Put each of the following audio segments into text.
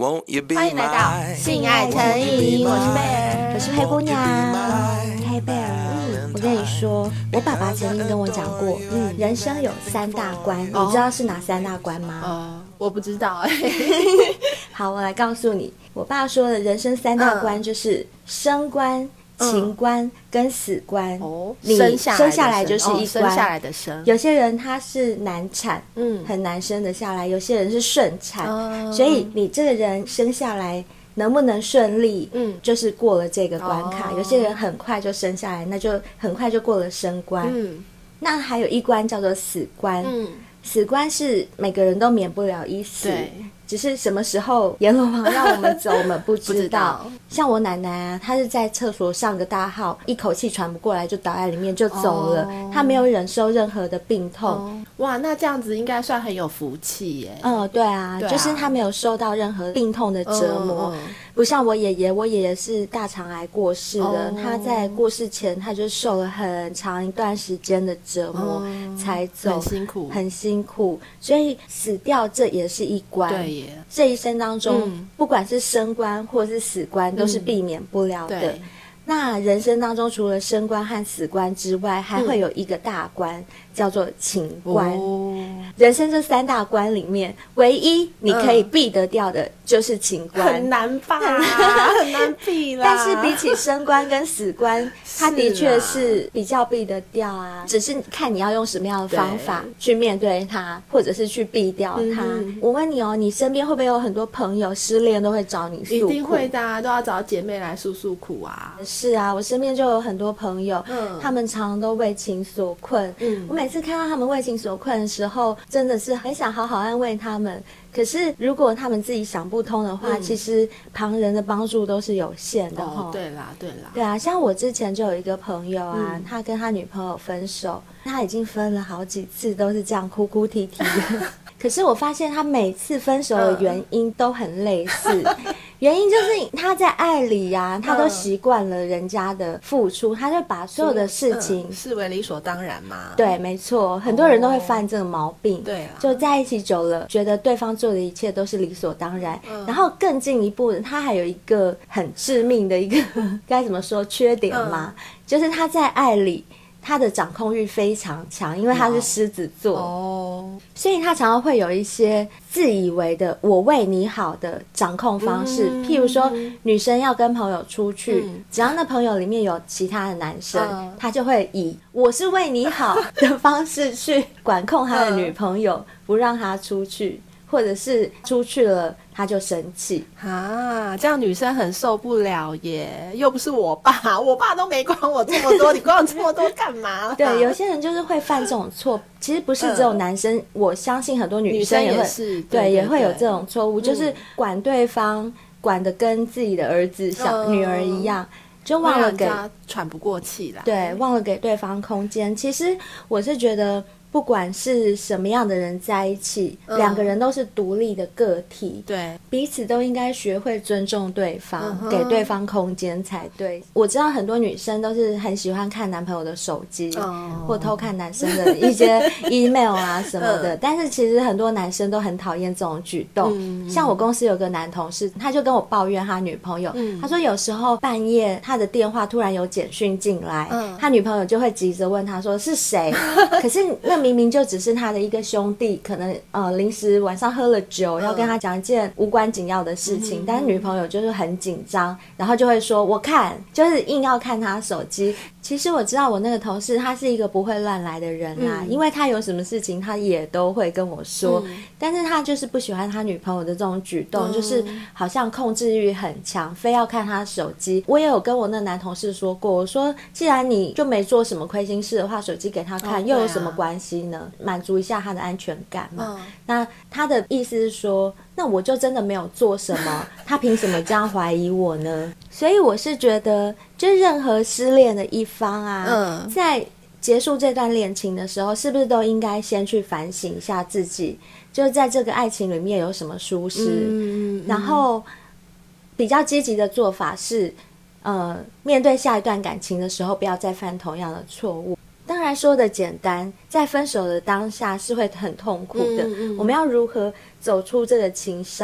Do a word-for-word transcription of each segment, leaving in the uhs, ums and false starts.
欢迎来到性爱成瘾，我是贝尔， 我是黑姑娘。黑贝尔，嗯，我跟你说，我爸爸曾经跟我讲过，嗯，人生有三大关，哦、你知道是哪三大关吗？ 呃，我不知道哎、欸。 好，我来告诉你，我爸说的人生三大关就是生关、情关跟死关。 哦， 你生下来生下来就是一关， 哦、生下来的生。 有些人他是难产，嗯，很难生得下来；有些人是顺产，哦、所以你这个人生下来能不能顺利，嗯，就是过了这个关卡。哦、有些人很快就生下来，那就很快就过了生关。嗯，那还有一关叫做死关，嗯，死关是每个人都免不了一死。对。只是什么时候阎罗王让我们走我们不知道, 不知道像我奶奶啊，她是在厕所上个大号，一口气喘不过来就倒在里面就走了，哦、她没有忍受任何的病痛。哦、 哇，那这样子应该算很有福气耶。 嗯，对啊，对啊，就是她没有受到任何病痛的折磨，嗯嗯、不像我爷爷，我爷爷是大肠癌过世的，哦、他在过世前他就受了很长一段时间的折磨，哦、才走， 很辛苦， 很辛苦，所以死掉这也是一关。对。这一生当中，嗯、不管是生关或是死关，都是避免不了的。嗯、那人生当中，除了生关和死关之外，还会有一个大关，嗯、叫做情关。哦、人生这三大关里面，唯一你可以避得掉的就是情关， 很难吧？很难避啦。 但是比起生关跟死关，它的确是比较避得掉啊。只是看你要用什么样的方法去面对它，或者是去避掉它。嗯、我问你哦，你身边会不会有很多朋友失恋都会找你诉苦？ 一定会的啊，都要找姐妹来诉诉苦啊。 是啊，我身边就有很多朋友，嗯、他们常常都为情所困。嗯、我每次看到他们为情所困的时候，真的是很想好好安慰他们。可是如果他们自己想不通的话，嗯、其实旁人的帮助都是有限的。 哦，对啦对啦对啊，像我之前就有一个朋友啊，嗯、他跟他女朋友分手，他已经分了好几次，都是这样哭哭啼啼的。可是我发现他每次分手的原因都很类似，嗯、原因就是他在爱里啊，他都习惯了人家的付出，他就把所有的事情、 嗯、视为理所当然嘛。 对，没错，很多人都会犯这个毛病。对、哦，就在一起久了，觉得对方做的一切都是理所当然。嗯、然后更进一步，他还有一个很致命的一个该怎么说缺点嘛，嗯、就是他在爱里。他的掌控欲非常强，因为他是狮子座哦，所以他常常会有一些自以为的我为你好的掌控方式。嗯、譬如说，女生要跟朋友出去，嗯、只要那朋友里面有其他的男生，嗯、他就会以我是为你好的方式去管控他的女朋友，嗯、不让他出去，或者是出去了他就生气啊，这样女生很受不了耶。又不是我爸，我爸都没管我这么多，你管我这么多干嘛？ 对，有些人就是会犯这种错，其实不是只有男生，嗯、我相信很多女生也会， 也是对， 对， 也会有这种错误，嗯、就是管对方管得跟自己的儿子、小、嗯、女儿一样。就忘了给喘不过气来， 对，忘了给对方空间。其实我是觉得不管是什么样的人在一起，嗯、两个人都是独立的个体，对，彼此都应该学会尊重对方，嗯、给对方空间才对。我知道很多女生都是很喜欢看男朋友的手机，嗯、或偷看男生的一些 email 啊什么的，嗯、但是其实很多男生都很讨厌这种举动。嗯、像我公司有个男同事，他就跟我抱怨他女朋友，嗯、他说有时候半夜他的电话突然有简讯进来，嗯、他女朋友就会急着问他说是谁，可是那明明就只是他的一个兄弟，可能呃临时晚上喝了酒，要跟他讲一件无关紧要的事情，嗯、但是女朋友就是很紧张，然后就会说我看，就是硬要看他手机。其实我知道我那个同事他是一个不会乱来的人啦，嗯、因为他有什么事情他也都会跟我说，嗯、但是他就是不喜欢他女朋友的这种举动，嗯、就是好像控制欲很强，非要看他手机。我也有跟我那男同事说过，我说既然你就没做什么亏心事的话，手机给他看，哦、又有什么关系呢？满足一下他的安全感嘛。嗯、那他的意思是说，那我就真的没有做什么，他凭什么这样怀疑我呢？所以我是觉得，就任何失恋的一方啊，嗯、在结束这段恋情的时候，是不是都应该先去反省一下自己，就是在这个爱情里面有什么疏失，嗯嗯、然后比较积极的做法是，呃，面对下一段感情的时候，不要再犯同样的错误。当然说的简单，在分手的当下是会很痛苦的，嗯嗯、我们要如何走出这个情伤，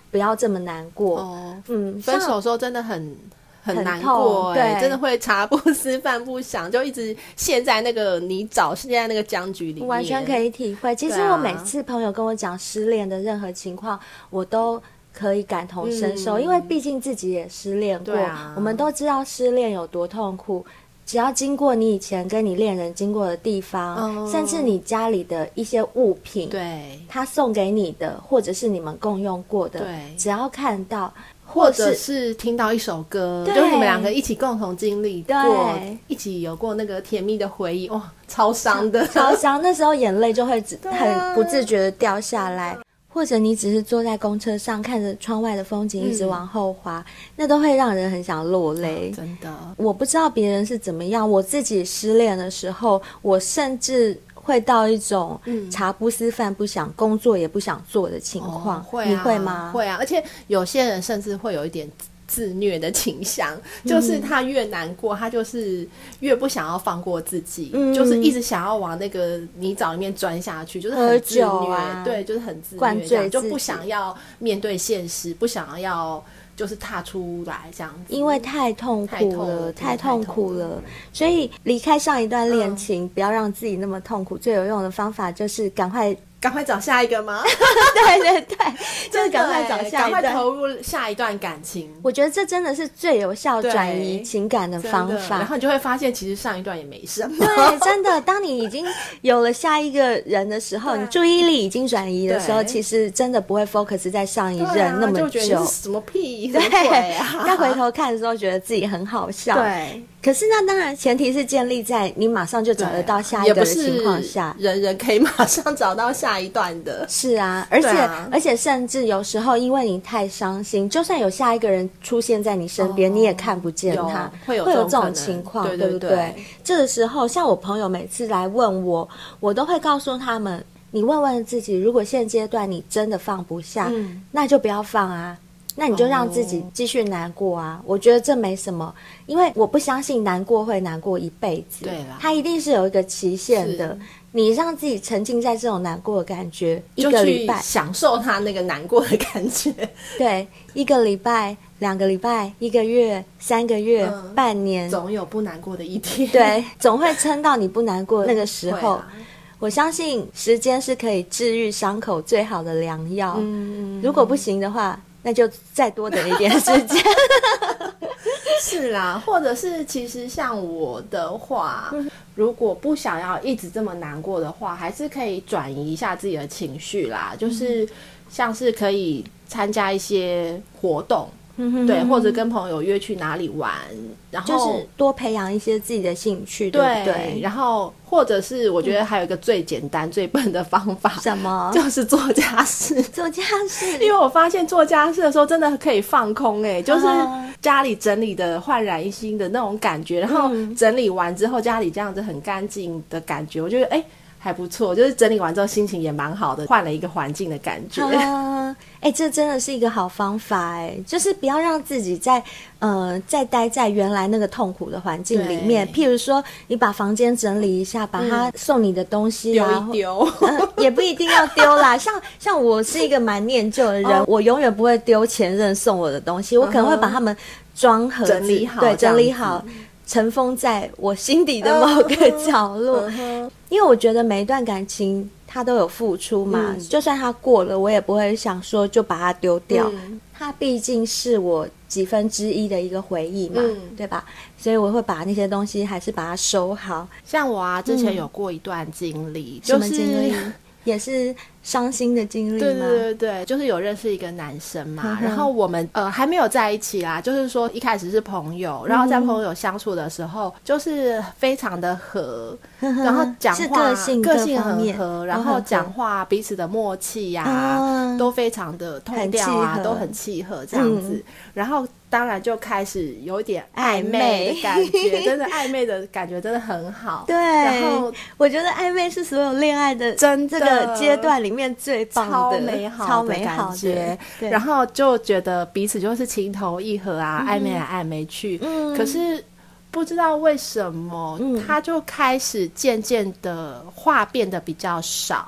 不要这么难过。 哦，嗯，分手的时候真的很很难过、 欸，对， 真的会茶不思饭不想，就一直陷在那个泥沼，陷在那个僵局里面。 完全可以体会。其实我每次朋友跟我讲失恋的任何情况，我都可以感同身受、嗯、因为毕竟自己也失恋过、啊、我们都知道失恋有多痛苦。只要经过你以前跟你恋人经过的地方、哦、甚至你家里的一些物品， 对， 他送给你的或者是你们共用过的， 对， 只要看到或者是听到一首歌，就是你们两个一起共同经历过，一起有过那个甜蜜的回忆，哇，超伤的， 超伤。那时候眼泪就会很不自觉的掉下来、啊、或者你只是坐在公车上看着窗外的风景一直往后滑、嗯、那都会让人很想落泪、 哦、真的。 我不知道别人是怎么样，我自己失恋的时候，我甚至会到一种茶不思饭不想、嗯、工作也不想做的情况、哦会啊、你会吗？ 会啊，而且有些人甚至会有一点自虐的倾向，就是他越难过、嗯、他就是越不想要放过自己、嗯、就是一直想要往那个泥沼里面钻下去，就是很自虐、啊、对，就是很自虐这样， 就不想要面对现实，不想要就是踏出来这样子， 因为太痛苦了，太痛苦了，所以离开上一段恋情、嗯、不要让自己那么痛苦，最有用的方法就是赶快赶快找下一个吗？ 对对对，就是赶快找下一段， 赶快投入下一段感情。 我觉得这真的是最有效转移情感的方法。 然后你就会发现，其实上一段也没什么。 对，真的，当你已经有了下一个人的时候，你注意力已经转移的时候，其实真的不会 focus 在上一任那么久。 就觉得你是什么屁，什么鬼啊！ 再回头看的时候，觉得自己很好笑。 对。 可是那当然前提是建立在你马上就找得到下一个的情况下， 人人可以马上找到下一段的。 是啊，而且、啊、而且甚至有时候因为你太伤心，就算有下一个人出现在你身边、哦、你也看不见他， 会有会有这种情况，对对 对, 对, 对。这个时候像我朋友每次来问我，我都会告诉他们，你问问自己，如果现阶段你真的放不下、嗯、那就不要放啊，那你就让自己继续难过啊、哦、我觉得这没什么，因为我不相信难过会难过一辈子， 对啦， 它一定是有一个期限的，你让自己沉浸在这种难过的感觉一个礼拜， 享受它那个难过的感觉， 对，一个礼拜两个礼拜一个月三个月、嗯、半年， 总有不难过的一天， 对，总会撑到你不难过的那个时候、啊、我相信时间是可以治愈伤口最好的良药、嗯、如果不行的话那就再多等一点时间是啦，或者是其实像我的话、嗯、如果不想要一直这么难过的话，还是可以转移一下自己的情绪啦，就是像是可以参加一些活动、嗯、对，或者跟朋友约去哪里玩，然后就是多培养一些自己的兴趣， 对, 对不对？ 然后或者是我觉得还有一个最简单、嗯、最笨的方法， 什么？ 就是做家事。 做家事， 因为我发现做家事的时候真的可以放空，哎、欸，就是家里整理的焕然一新的那种感觉，然后整理完之后家里这样子很干净的感觉，我觉得哎、欸、还不错，就是整理完之后心情也蛮好的，换了一个环境的感觉。 哎、欸，这真的是一个好方法，哎，就是不要让自己在呃再待在原来那个痛苦的环境里面。譬如说，你把房间整理一下，把他送你的东西啊、 丢一丢、 呃，也不一定要丢啦。像像我是一个蛮念旧的人，哦、我永远不会丢前任送我的东西，我可能会把他们装盒子， 整理好， 对，整理好。尘封在我心底的某个角落、uh-huh. 因为我觉得每一段感情它都有付出嘛、嗯、就算它过了我也不会想说就把它丢掉、嗯、它毕竟是我几分之一的一个回忆嘛、嗯、对吧，所以我会把那些东西还是把它收好。 像我啊之前有过一段经历、 嗯、就是什么经历？也是伤心的经历吗？ 对对对对，就是有认识一个男生嘛，嗯、然后我们呃还没有在一起啦，就是说一开始是朋友，然后在朋友相处的时候，嗯、就是非常的合，嗯、然后讲话个性个性很合，然后讲话彼此的默契呀、啊嗯、都非常的通调啊，都很契合这样子，嗯、然后。当然就开始有点暧昧的感觉，真的暧昧的感觉真的很好。 对，然后我觉得暧昧是所有恋爱的真这个阶段里面最棒的、 超美好的感觉。然后就觉得彼此就是情投意合啊，嗯、暧昧来暧昧去。嗯，可是不知道为什么，嗯、他就开始渐渐的话变得比较少。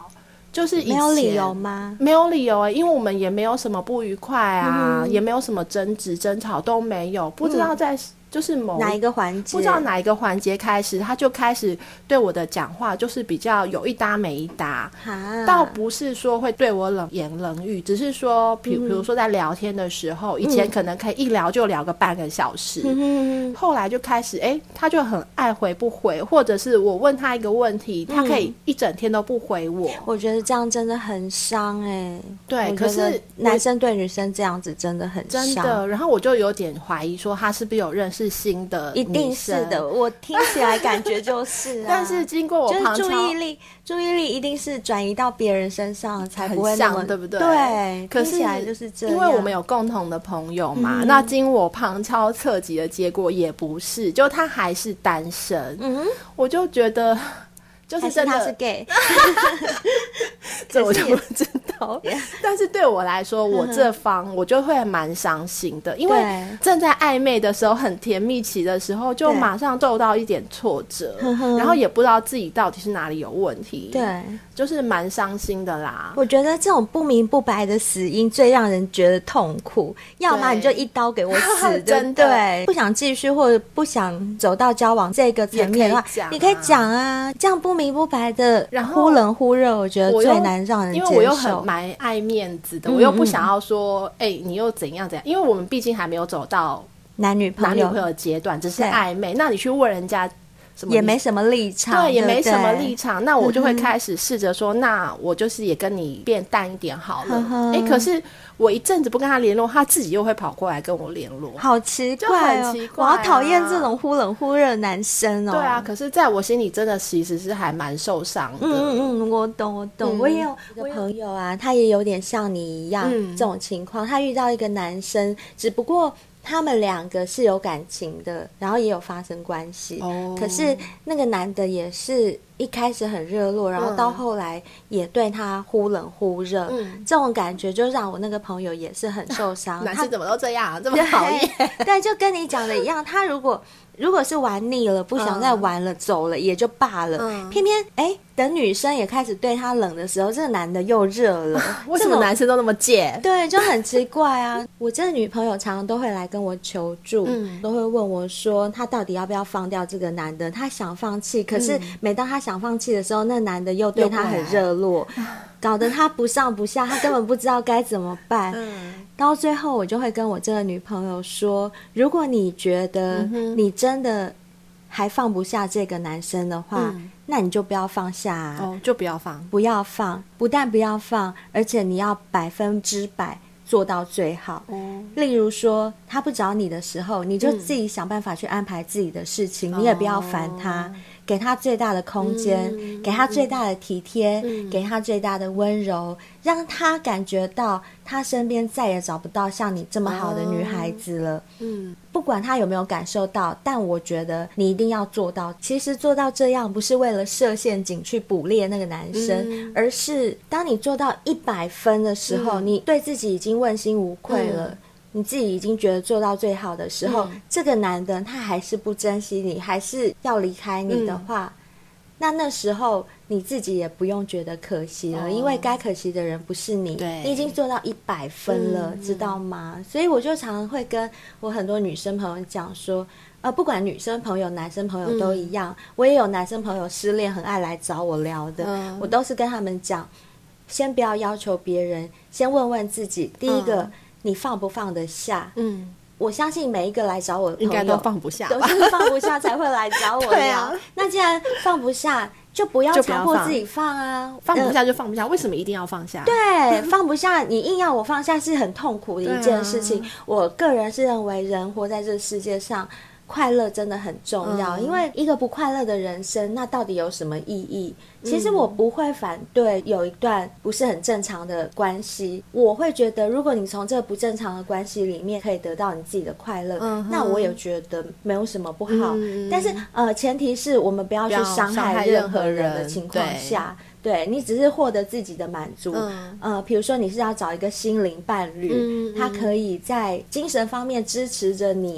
就是以前没有理由吗？ 没有理由、欸、因为我们也没有什么不愉快啊、嗯、也没有什么争执争吵都没有，不知道在、嗯就是某哪一个环节， 不知道哪一个环节开始，他就开始对我的讲话就是比较有一搭没一搭，倒不是说会对我冷言冷语，只是说比比如说在聊天的时候、嗯、以前可能可以一聊就聊个半个小时、嗯、后来就开始哎、欸，他就很爱回不回，或者是我问他一个问题、嗯、他可以一整天都不回我。 我觉得这样真的很伤哎、欸。 对，可是男生对女生这样子真的很伤， 真的。然后我就有点怀疑说他是不是有认识是新的女生， 一定是的，我听起来感觉就是啊。 但是经过我旁敲， 就是注意力，注意力一定是转移到别人身上，才不会那么很像，对不对？ 对， 可是听起来就是这样。 因为我们有共同的朋友嘛，嗯、那经我旁敲侧击的结果也不是，就他还是单身。嗯，我就觉得。就是真的还是他是 gay 这我就不知道但是对我来说我这方我就会蛮伤心的，因为正在暧昧的时候很甜蜜期的时候就马上受到一点挫折，然后也不知道自己到底是哪里有问题， 对， 就是蛮伤心的啦。 我觉得这种不明不白的死因最让人觉得痛苦，要么你就一刀给我死真的对，不想继续或者不想走到交往这个层面的话你可以讲啊，这样不明不白的忽冷忽热，我觉得最难让人接受。 因为我又很蛮爱面子的、嗯、我又不想要说哎、欸，你又怎样怎样，因为我们毕竟还没有走到男女朋友男女朋友的阶段，只是暧昧，那你去问人家什么也没什么立场， 对，也没什么立场，那我就会开始试着说、嗯、那我就是也跟你变淡一点好了。哎、欸，可是我一阵子不跟他联络，他自己又会跑过来跟我联络， 好奇怪哦，很奇怪、啊、我好讨厌这种忽冷忽热的男生哦。 对啊，可是在我心里真的其实是还蛮受伤的。 嗯嗯，我懂我懂、嗯、我也有一个朋友啊，他也有点像你一样、嗯、这种情况，他遇到一个男生，只不过他们两个是有感情的，然后也有发生关系、哦、可是那个男的也是一开始很热络，然后到后来也对他忽冷忽热、嗯、这种感觉就让我那个朋友也是很受伤。 男生怎么都这样、啊、这么讨厌？ 对，就跟你讲的一样，他如果如果是玩腻了不想再玩了、嗯、走了也就罢了、嗯、偏偏哎，等女生也开始对他冷的时候，这个男的又热了为什么男生都那么贱？ 对，就很奇怪啊我这个女朋友常常都会来跟我求助、嗯、都会问我说她到底要不要放掉这个男的，她想放弃，可是每当她想放弃的时候、嗯、那男的又对她很热络，搞得她不上不下，她根本不知道该怎么办、嗯，到最后我就会跟我这个女朋友说，如果你觉得你真的还放不下这个男生的话、嗯、那你就不要放下、啊哦、就不要放不要放，不但不要放，而且你要百分之百做到最好、哦、例如说他不找你的时候，你就自己想办法去安排自己的事情、嗯、你也不要烦他、哦，给他最大的空间、嗯、给他最大的体贴、嗯、给他最大的温柔，让他感觉到他身边再也找不到像你这么好的女孩子了、哦、嗯，不管他有没有感受到，但我觉得你一定要做到。其实做到这样不是为了设陷阱去捕猎那个男生、嗯、而是当你做到一百分的时候、嗯、你对自己已经问心无愧了、嗯，你自己已经觉得做到最好的时候、嗯、这个男的他还是不珍惜你，还是要离开你的话、嗯、那那时候你自己也不用觉得可惜了、哦、因为该可惜的人不是你，你已经做到一百分了、嗯、知道吗？所以我就常常会跟我很多女生朋友讲说呃，不管女生朋友男生朋友都一样、嗯、我也有男生朋友失恋很爱来找我聊的、嗯、我都是跟他们讲，先不要要求别人，先问问自己，第一个、嗯，你放不放得下？嗯，我相信每一个来找我的朋友应该都放不下吧， 都是放不下才会来找我聊对、啊、那既然放不下就不要强迫自己放啊， 放不下就放不下、呃、为什么一定要放下？ 对，放不下你硬要我放下是很痛苦的一件事情、啊、我个人是认为人活在这个世界上快乐真的很重要、嗯、因为一个不快乐的人生那到底有什么意义？其实我不会反对有一段不是很正常的关系，我会觉得如果你从这个不正常的关系里面可以得到你自己的快乐、嗯、那我也觉得没有什么不好、嗯、但是呃，前提是我们不要去伤害任何人的情况下，对，你只是获得自己的满足、嗯、呃，比如说你是要找一个心灵伴侣、嗯、他可以在精神方面支持着你，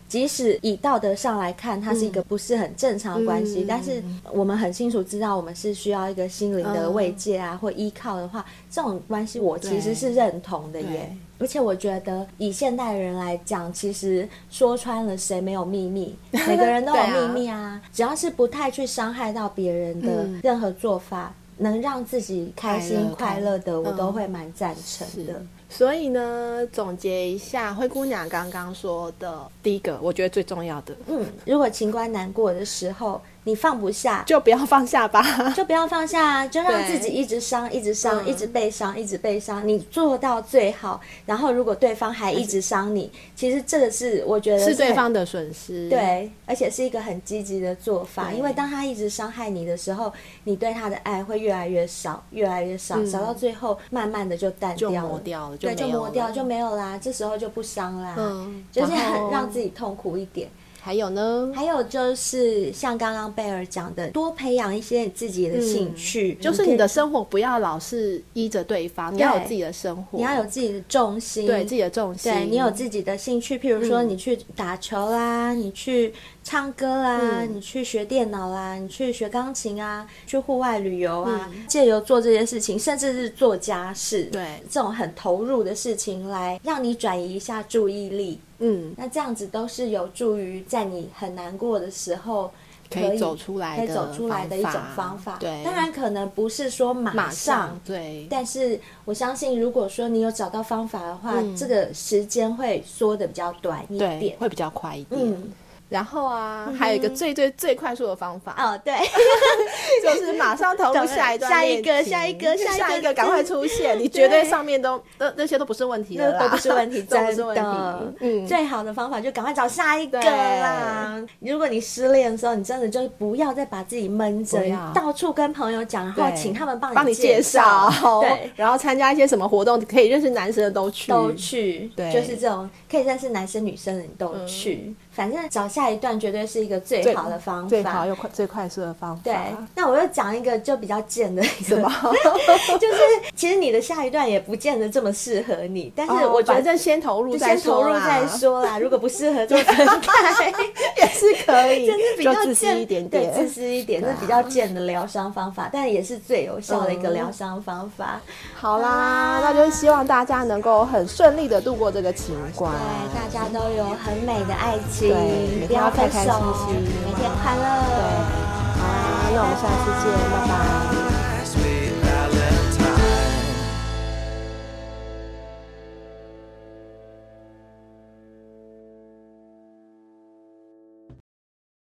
即使以道德上来看它是一个不是很正常的关系、嗯、但是我们很清楚知道我们是需要一个心灵的慰藉啊、嗯、或依靠的话，这种关系我其实是认同的耶。而且我觉得以现代人来讲，其实说穿了谁没有秘密，每个人都有秘密啊, 啊只要是不太去伤害到别人的任何做法、嗯、能让自己开心快乐的，我都会蛮赞成的、嗯。 所以呢，总结一下灰姑娘刚刚说的第一个我觉得最重要的， 嗯，如果情关难过的时候你放不下就不要放下吧， 就不要放下，就让自己一直伤一直伤、嗯、一直被伤一直被伤，你做到最好，然后如果对方还一直伤你，其实这个是我觉得 是, 是对方的损失， 对，而且是一个很积极的做法，因为当他一直伤害你的时候，你对他的爱会越来越少越来越少、嗯、少到最后慢慢的就淡掉了， 就磨掉了， 对，就磨掉就没有啦，这时候就不伤啦、嗯、就是让自己痛苦一点。 还有呢， 还有就是像刚刚贝尔讲的，多培养一些你自己的兴趣、 嗯、就是你的生活不要老是依着对方，你要有自己的生活， 你要有自己的重心， 对，自己的重心， 对，你有自己的兴趣，譬如说你去打球啦、嗯、你去唱歌啦、嗯、你去学电脑啦，你去学钢琴啊，去户外旅游啊，借、嗯、由做这些事情，甚至是做家事， 对， 这种很投入的事情来让你转移一下注意力，嗯，那这样子都是有助于在你很难过的时候可以, 可以走出来的可以走出来的一种方法。 对， 当然可能不是说马上, 马上对， 但是我相信如果说你有找到方法的话、嗯、这个时间会缩得比较短一点， 对，会比较快一点。嗯，然后啊、嗯、还有一个最最最快速的方法哦，对就是马上投入下一段下一个下一个下一个下一个赶快出现，你绝对上面都那些都不是问题了啦， 都不是问题， 都不是问题。 嗯，最好的方法就赶快找下一个啦。如果你失恋的时候，你真的就不要再把自己闷着，到处跟朋友讲，然后请他们帮你介绍，对，然后参加一些什么活动可以认识男生的都去都去，对，就是这种可以认识男生女生的你都去、嗯，反正找下一段绝对是一个最好的方法， 最好又快最快速的方法。 对，那我又讲一个就比较贱的一个，就是其实你的下一段也不见得这么适合你，但是我觉得、哦、 反正先投入再说啦，先投入再说啦。如果不适合就分开也是可以， 真是比较就自私一点点， 对，自私一点，这、啊、比较贱的疗伤方法，但也是最有效的一个疗伤方法。 嗯、好啦、啊，那就希望大家能够很顺利的度过这个情关， 对，大家都有很美的爱情， 对， 不要开开心心， 每天快乐。 对，好啦，那我们下次见，拜拜。